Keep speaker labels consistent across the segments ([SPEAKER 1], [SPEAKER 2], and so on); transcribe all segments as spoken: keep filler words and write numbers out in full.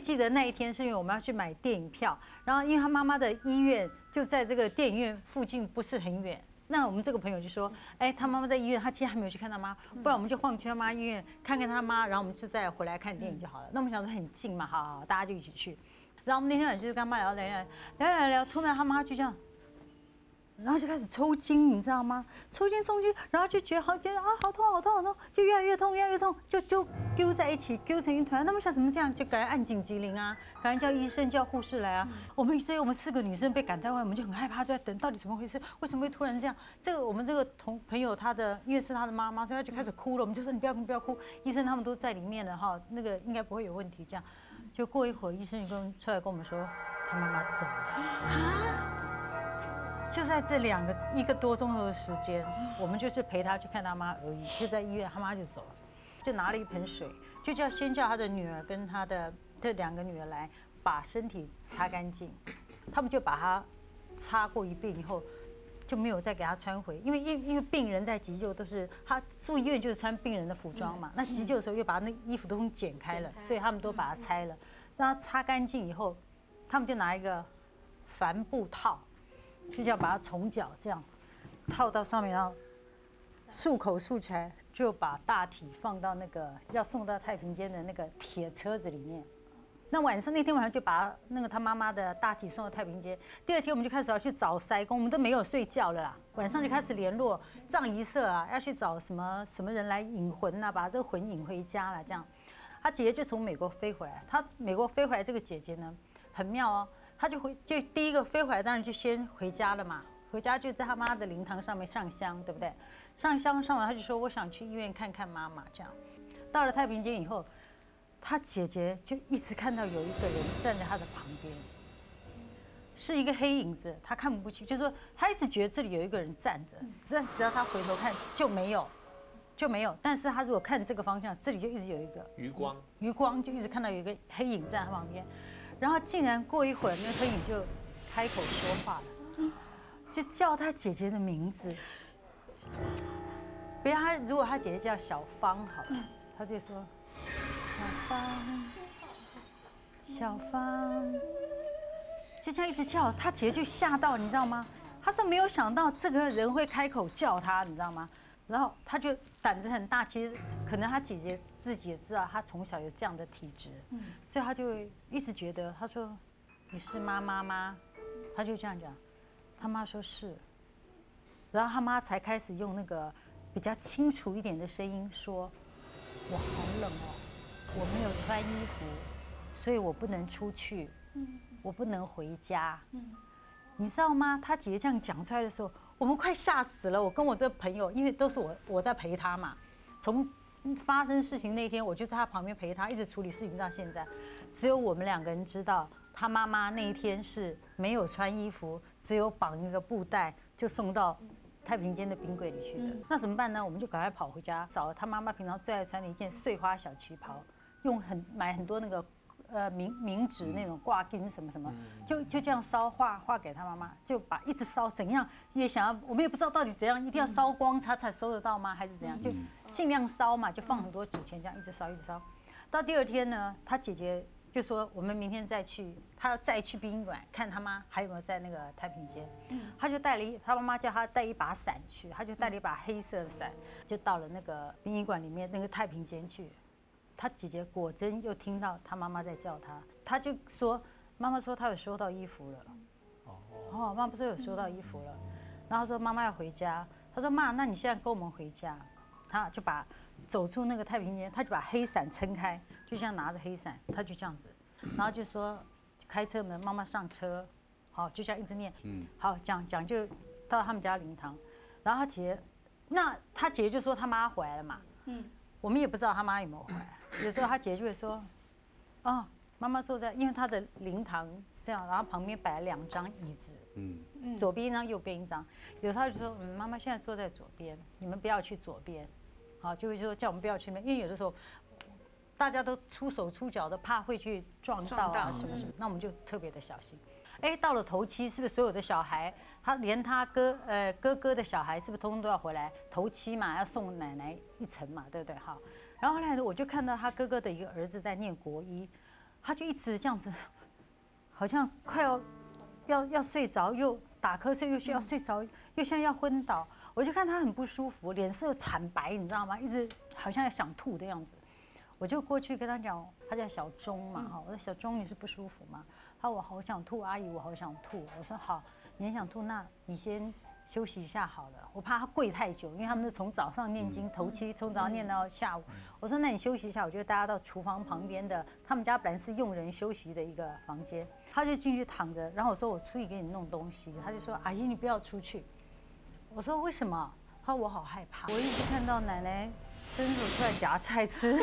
[SPEAKER 1] 记得那一天是因为我们要去买电影票，然后因为他妈妈的医院就在这个电影院附近，不是很远。那我们这个朋友就说，哎，他妈妈在医院，他其实还没有去看他妈，不然我们就晃去他妈医院看看他妈，然后我们就再回来看电影就好了。那我们想说很近嘛，好好，大家就一起去。然后我们那天晚上就是跟他妈聊聊聊聊聊聊，突然他妈就这样。然后就开始抽筋，你知道吗？抽筋抽筋，然后就觉得好觉得啊，好痛好痛好痛，就越来越痛越来越痛，就就揪在一起，揪成一团。那么想怎么这样？就赶快按紧急铃啊，赶快叫医生叫护士来啊。我们所以我们四个女生被赶在外，我们就很害怕，就在等到底怎么回事？为什么会突然这样？这个我们这个同朋友她的，因为是她的妈妈，所以她就开始哭了。我们就说你不要哭不要哭，医生他们都在里面了哈，那个应该不会有问题。这样，就过一会儿，医生就跟出来跟我们说，她妈妈走了。啊？就在这两个一个多钟头的时间，我们就是陪他去看他妈而已。就在医院，他妈就走了，就拿了一盆水，就叫先叫他的女儿跟他的这两个女儿来把身体擦干净。他们就把他擦过一遍以后，就没有再给他穿回，因为因因为病人在急救都是他住医院就是穿病人的服装嘛，那急救的时候又把那衣服都剪开了，所以他们都把它拆了。让他擦干净以后，他们就拿一个帆布套。就这样把它从脚这样套到上面，然后漱口漱起来，就把大体放到那个要送到太平间的那个铁车子里面。那晚上那天晚上就把那个他妈妈的大体送到太平间。第二天我们就开始要去找塞工，我们都没有睡觉了啦。晚上就开始联络葬仪社啊，要去找什么什么人来引魂啊，把这个魂引回家了。这样，他姐姐就从美国飞回来。他美国飞回来这个姐姐呢，很妙哦。他就回，就第一个飞回来，当然就先回家了嘛。回家就在他妈的灵堂上面上香，对不对？上香上完，他就说我想去医院看看妈妈。这样，到了太平间以后，他姐姐就一直看到有一个人站在他的旁边，是一个黑影子，他看不清，就是说他一直觉得这里有一个人站着，只要只要他回头看就没有，就没有。但是他如果看这个方向，这里就一直有一个
[SPEAKER 2] 余光，
[SPEAKER 1] 余光就一直看到有一个黑影在他旁边。然后竟然过一会儿，那黑影就开口说话了，就叫他姐姐的名字。比如他如果他姐姐叫小芳好了，他就说小芳，小芳，就这样一直叫，他姐姐就吓到，你知道吗？他说没有想到这个人会开口叫他，你知道吗？然后他就胆子很大，其实可能他姐姐自己也知道，他从小有这样的体质，所以他就一直觉得，他说你是妈妈吗？他就这样讲，他妈说是，然后他妈才开始用那个比较清楚一点的声音说，我好冷哦，我没有穿衣服，所以我不能出去，我不能回家。你知道吗？他姐姐这样讲出来的时候，我们快吓死了。我跟我这个朋友，因为都是我我在陪他嘛，从发生事情那天，我就在他旁边陪他，一直处理事情到现在。只有我们两个人知道，他妈妈那一天是没有穿衣服，只有绑一个布带，就送到太平间的冰柜里去的。那怎么办呢？我们就赶快跑回家，找他妈妈平常最爱穿的一件碎花小旗袍，用很买很多那个。呃，冥冥纸那种挂金什么什么，就就这样烧画画给他妈妈，就把一直烧，怎样也想要，我们也不知道到底怎样，一定要烧光他才收得到吗？还是怎样？就尽量烧嘛，就放很多纸钱，这样一直烧一直烧。到第二天呢，他姐姐就说我们明天再去，他要再去殡仪馆看他妈还有没有在那个太平间。他就带了一，他妈妈叫他带一把伞去，他就带了一把黑色的伞，就到了那个殡仪馆里面那个太平间去。他姐姐果真又听到他妈妈在叫他，他就说：“妈妈说她有收到衣服了。”哦，妈妈说有收到衣服了，然后说妈妈要回家，他说妈，那你现在跟我们回家。他就把走出那个太平间，他就把黑伞撑开，就像拿着黑伞，他就这样子，然后就说开车门，妈妈上车，好，就这样一直念，嗯，好讲讲就到他们家灵堂，然后他姐，那他姐就说他妈回来了嘛，嗯。我们也不知道他妈有没有回来，有时候他姐就会说，哦，妈妈坐在，因为他的灵堂这样，然后旁边摆了两张椅子，嗯，左边一张，右边一张。有时候他就说，嗯，妈妈现在坐在左边，你们不要去左边，好，就会说叫我们不要去那边，因为有的时候大家都出手出脚的，怕会去撞到啊什么什么，那我们就特别的小心。哎，到了头七，是不是所有的小孩，他连他哥呃哥哥的小孩，是不是通通都要回来？头七嘛，要送奶奶一程嘛，对不对？好，然后后来呢，我就看到他哥哥的一个儿子在念国一， 他就一直这样子，好像快要要要睡着，又打瞌睡，又需要睡着，又像要昏倒。我就看他很不舒服，脸色惨白，你知道吗？一直好像要想吐的样子。我就过去跟他讲，他叫小钟嘛，哈，我说小钟你是不舒服吗？他说我好想吐，阿姨我好想吐。我说好，你很想吐，那你先休息一下好了。我怕他跪太久，因为他们是从早上念经头七，从早上念到下午。我说那你休息一下，我就带他到厨房旁边的，他们家本来是佣人休息的一个房间，他就进去躺着。然后我说我出去给你弄东西，他就说阿姨你不要出去。我说为什么？他说我好害怕，我一直看到奶奶伸手出来夹菜吃。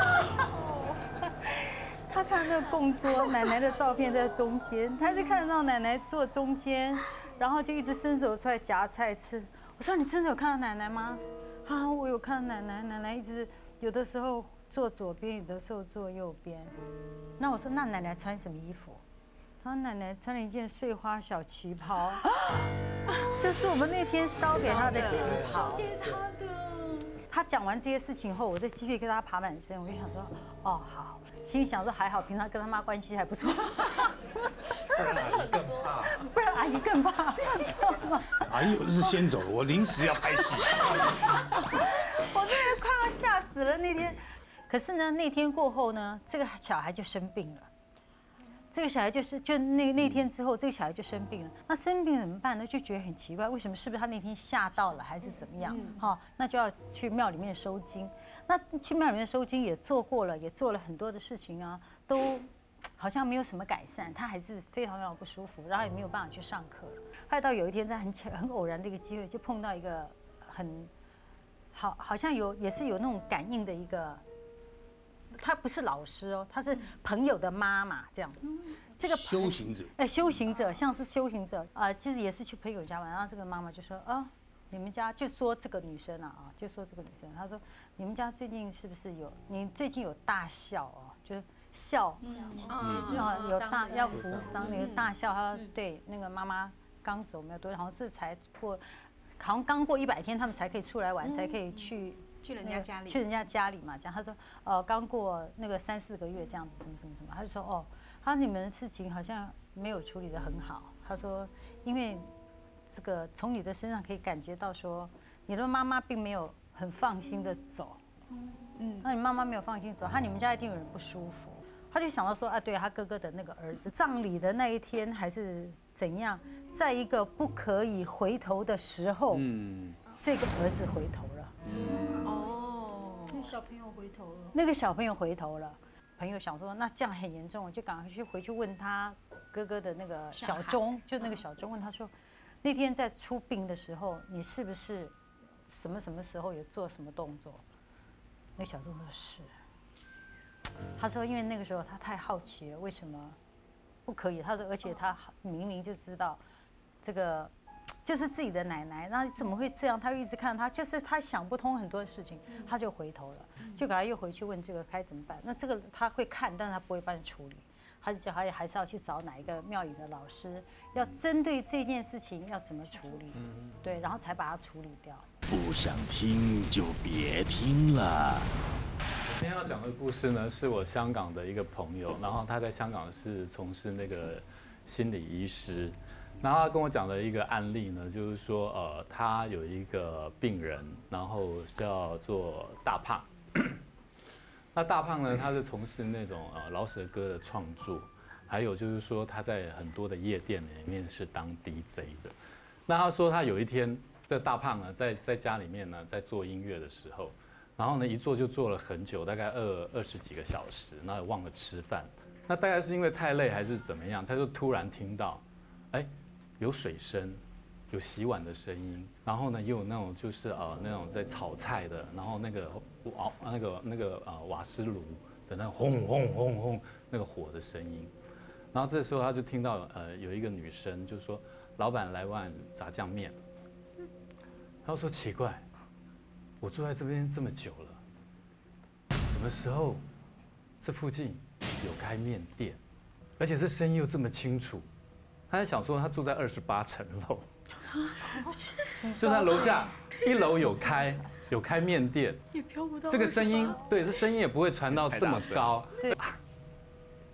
[SPEAKER 1] 他看那个供桌，奶奶的照片在中间，他就看得到奶奶坐中间，然后就一直伸手出来夹菜吃。我说你真的有看到奶奶吗？啊，我有看到奶奶，奶奶一直有的时候坐左边，有的时候坐右边。那我说那奶奶穿什么衣服？他说奶奶穿了一件碎花小旗袍，就是我们那天烧给她的旗袍。给她的。他讲完这些事情后，我就鸡皮疙瘩爬满身，我就想说，哦好，心里想说还好，平常跟他妈关系还不错。
[SPEAKER 2] 不然阿姨更怕。
[SPEAKER 1] 不然阿姨更怕。
[SPEAKER 3] 阿姨是先走了，我临时要拍戏。
[SPEAKER 1] 我真的快要吓死了那天。可是呢，那天过后呢，这个小孩就生病了。这个小孩就是就那那天之后，这个小孩就生病了。那生病怎么办呢？就觉得很奇怪，为什么？是不是他那天吓到了，还是怎么样？哈，那就要去庙里面收经。那去庙里面收经也做过了，也做了很多的事情啊，都好像没有什么改善，他还是非常非常不舒服，然后也没有办法去上课了。还到有一天，在很巧很偶然的一个机会，就碰到一个很好，好像有也是有那种感应的一个。他不是老师哦，他是朋友的妈妈这样。
[SPEAKER 3] 这个修行者，
[SPEAKER 1] 哎，修行者像是修行者啊，其实也是去朋友家玩。然后这个妈妈就说啊，你们家就说这个女生啊啊，就说这个女生，她说你们家最近是不是有你最近有大笑哦，就是笑，嗯，有大要扶丧，那个大笑。她说对，那个妈妈刚走没有多久，好像这才过，好像刚过一百天，他们才可以出来玩，才可以去。
[SPEAKER 4] 去人家家里，
[SPEAKER 1] 去人家家里嘛，这样他说，呃，刚过那个三四个月这样子，什么什么什么，他就说，哦，他说你们的事情好像没有处理得很好。他说，因为这个从你的身上可以感觉到说，你的妈妈并没有很放心的走，嗯，那你妈妈没有放心走，他你们家一定有人不舒服。他就想到说，啊，对他哥哥的那个儿子葬礼的那一天还是怎样，在一个不可以回头的时候，嗯，这个儿子回头了，嗯。
[SPEAKER 4] 小朋友回头了，
[SPEAKER 1] 那个小朋友回头了，朋友想说那这样很严重，就赶快去回去问他哥哥的那个小钟，就那个小钟问他说，那天在出殡的时候，你是不是什么什么时候有做什么动作？那小钟说是。他说因为那个时候他太好奇了，为什么不可以？他说而且他明明就知道这个。就是自己的奶奶，那怎么会这样？他又一直看他，就是他想不通很多事情，他就回头了，就赶快又回去问这个该怎么办。那这个他会看，但是他不会帮你处理，他就叫他还是要去找哪一个庙里的老师，要针对这件事情要怎么处理，对，然后才把它处理掉。
[SPEAKER 3] 不想听就别听了。
[SPEAKER 2] 我今天要讲的故事呢，是我香港的一个朋友，然后他在香港是从事那个心理医师。然后他跟我讲的一个案例呢，就是说，呃，他有一个病人，然后叫做大胖。那大胖呢，他是从事那种呃饶舌歌的创作，还有就是说他在很多的夜店里面是当 D J 的。那他说他有一天，这大胖呢在在家里面呢在做音乐的时候，然后呢一做就做了很久，大概二二十几个小时，那忘了吃饭。那大概是因为太累还是怎么样，他就突然听到，哎。有水声，有洗碗的声音，然后呢，也有那种就是呃那种在炒菜的，然后那个瓦那个那个呃瓦斯炉的那个轰轰轰轰那个火的声音，然后这时候他就听到呃有一个女生就说：“老板来碗炸酱面。”他说：“奇怪，我坐在这边这么久了，什么时候这附近有开面店，而且这声音又这么清楚？”他在想说，他住在二十八层楼，就在楼下一楼有开有开面店，
[SPEAKER 4] 也飘不到
[SPEAKER 2] 这个声音，对，这声音也不会传到这么高。
[SPEAKER 1] 对，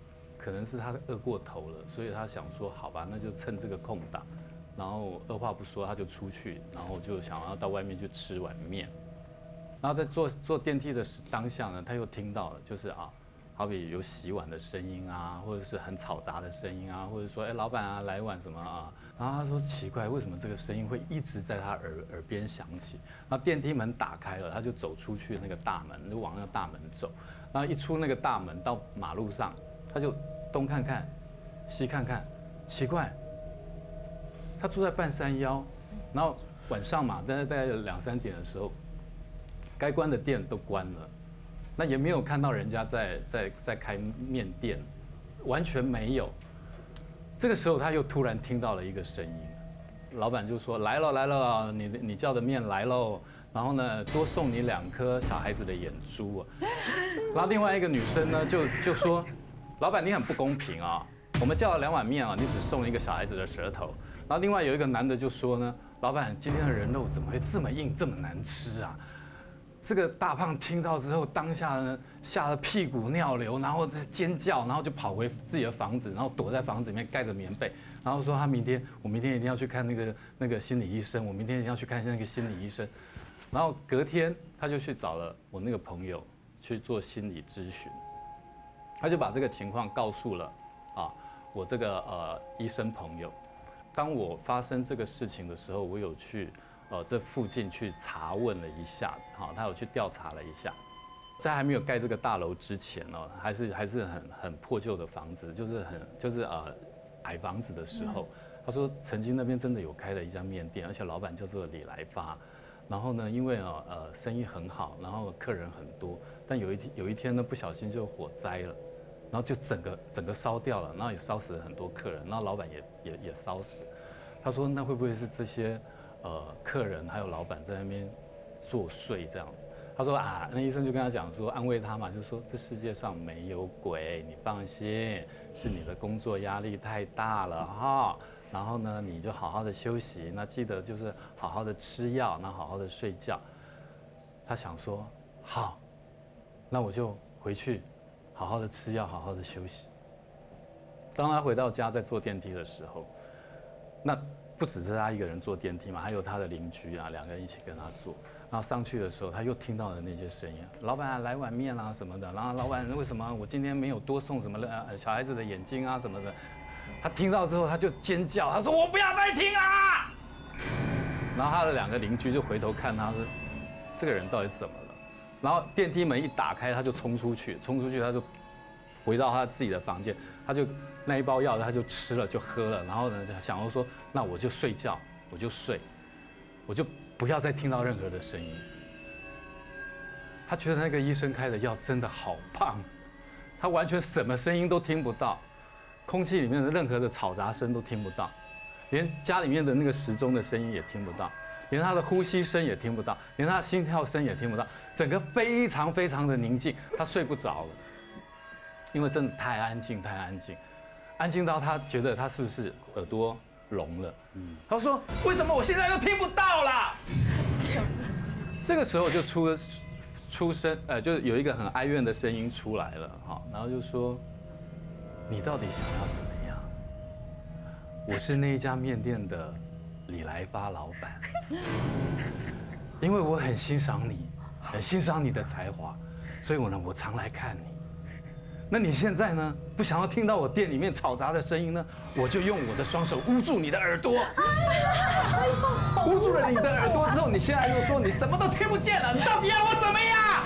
[SPEAKER 2] 可能是他饿过头了，所以他想说，好吧，那就趁这个空档，然后二话不说他就出去，然后就想要到外面去吃碗面。然后在坐坐电梯的当下呢，他又听到了，就是啊，好比有洗碗的声音啊，或者是很嘈杂的声音啊，或者说哎老板啊来一碗什么啊，然后他说奇怪，为什么这个声音会一直在他耳耳边响起？然后电梯门打开了，他就走出去那个大门，就往那个大门走，然后一出那个大门到马路上，他就东看看，西看看，奇怪，他住在半山腰，然后晚上嘛，大概大概两三点的时候。该关的店都关了，那也没有看到人家在在在开面店，完全没有。这个时候他又突然听到了一个声音，老板就说：“来了来了，你你叫的面来喽，然后呢多送你两颗小孩子的眼珠啊。”然后另外一个女生呢就就说：“老板你很不公平啊，我们叫了两碗面啊，你只送了一个小孩子的舌头。”然后另外有一个男的就说呢：“老板今天的人肉怎么会这么硬这么难吃啊？”这个大胖听到之后，当下呢吓得屁股尿流，然后尖叫，然后就跑回自己的房子，然后躲在房子里面盖着棉被，然后说他明天我明天一定要去看那个那个心理医生，我明天一定要去看那个心理医生。然后隔天他就去找了我那个朋友去做心理咨询，他就把这个情况告诉了啊我这个呃医生朋友。当我发生这个事情的时候，我有去。呃，这附近去查问了一下，好，他有去调查了一下，在还没有盖这个大楼之前呢，还是还是很很破旧的房子，就是很就是呃矮房子的时候，他说曾经那边真的有开了一家面店，而且老板叫做李来发，然后呢，因为啊呃生意很好，然后客人很多，但有一天有一天呢不小心就火灾了，然后就整个整个烧掉了，然后也烧死了很多客人，然后老板也也也烧死，他说那会不会是这些？呃，客人还有老板在那边作祟这样子，他说啊，那医生就跟他讲说，安慰他嘛，就说这世界上没有鬼，你放心，是你的工作压力太大了哈。然后呢，你就好好的休息，那记得就是好好的吃药，那好好的睡觉。他想说，好，那我就回去好好的吃药，好好的休息。当他回到家，在坐电梯的时候，那。不只是他一个人坐电梯嘛，还有他的邻居啊，两个人一起跟他坐。然后上去的时候，他又听到了那些声音，老板啊，来碗面啊什么的。然后老板为什么我今天没有多送什么呃小孩子的眼睛啊什么的？他听到之后他就尖叫，他说我不要再听啊！然后他的两个邻居就回头看他说，这个人到底怎么了？然后电梯门一打开，他就冲出去，冲出去他就回到他自己的房间，他就。那一包药他就吃了就喝了，然后呢想要说那我就睡觉，我就睡，我就不要再听到任何的声音。他觉得那个医生开的药真的好棒，他完全什么声音都听不到，空气里面的任何的嘈杂声都听不到，连家里面的那个时钟的声音也听不到，连他的呼吸声也听不到，连他的心跳声也听不到，整个非常非常的宁静，他睡不着了，因为真的太安静太安静。安静到他觉得他是不是耳朵聋了？嗯，他说：“为什么我现在又听不到啦？”这个时候就出了出声，呃，就有一个很哀怨的声音出来了，哈，然后就说：“你到底想要怎么样？我是那一家面店的李来发老板，因为我很欣赏你，很欣赏你的才华，所以我呢，我常来看你。”那你现在呢？不想要听到我店里面嘈杂的声音呢？我就用我的双手捂住你的耳朵，捂住了你的耳朵之后，你现在又说你什么都听不见了，你到底要我怎么样？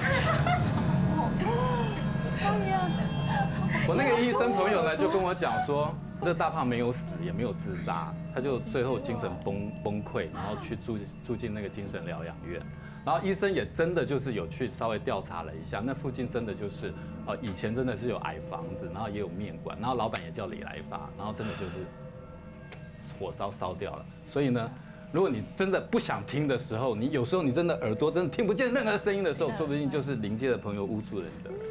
[SPEAKER 2] 我那个医生朋友呢，就跟我讲说，这大胖没有死，也没有自杀，他就最后精神崩崩溃，然后去住住进那个精神疗养院。然后医生也真的就是有去稍微调查了一下，那附近真的就是，呃，以前真的是有矮房子，然后也有面馆，然后老板也叫李来发，然后真的就是火烧烧掉了。所以呢，如果你真的不想听的时候，你有时候你真的耳朵真的听不见任何声音的时候，说不定就是临界的朋友捂住了你的耳朵。